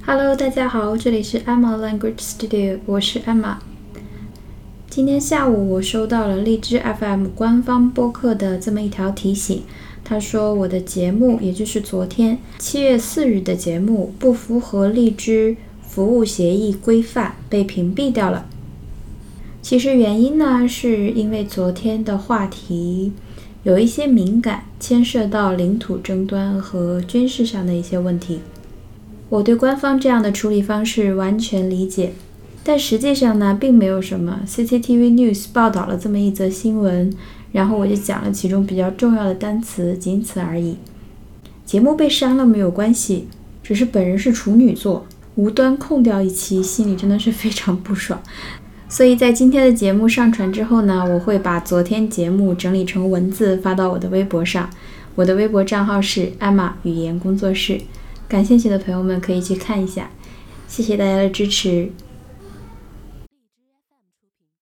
Hello， 大家好，这里是 Emma Language Studio， 我是 Emma。今天下午我收到了荔枝 FM 官方播客的这么一条提醒，他说我的节目，也就是昨天7月4日的节目不符合荔枝服务协议规范，被屏蔽掉了。其实原因呢，是因为昨天的话题有一些敏感，牵涉到领土争端和军事上的一些问题。我对官方这样的处理方式完全理解，但实际上呢，并没有什么。CCTV News 报道了这么一则新闻，然后我就讲了其中比较重要的单词，仅此而已。节目被删了没有关系，只是本人是处女座，无端空掉一期，心里真的是非常不爽。所以在今天的节目上传之后呢，我会把昨天节目整理成文字发到我的微博上。我的微博账号是 Emma 语言工作室，感兴趣的朋友们可以去看一下。谢谢大家的支持。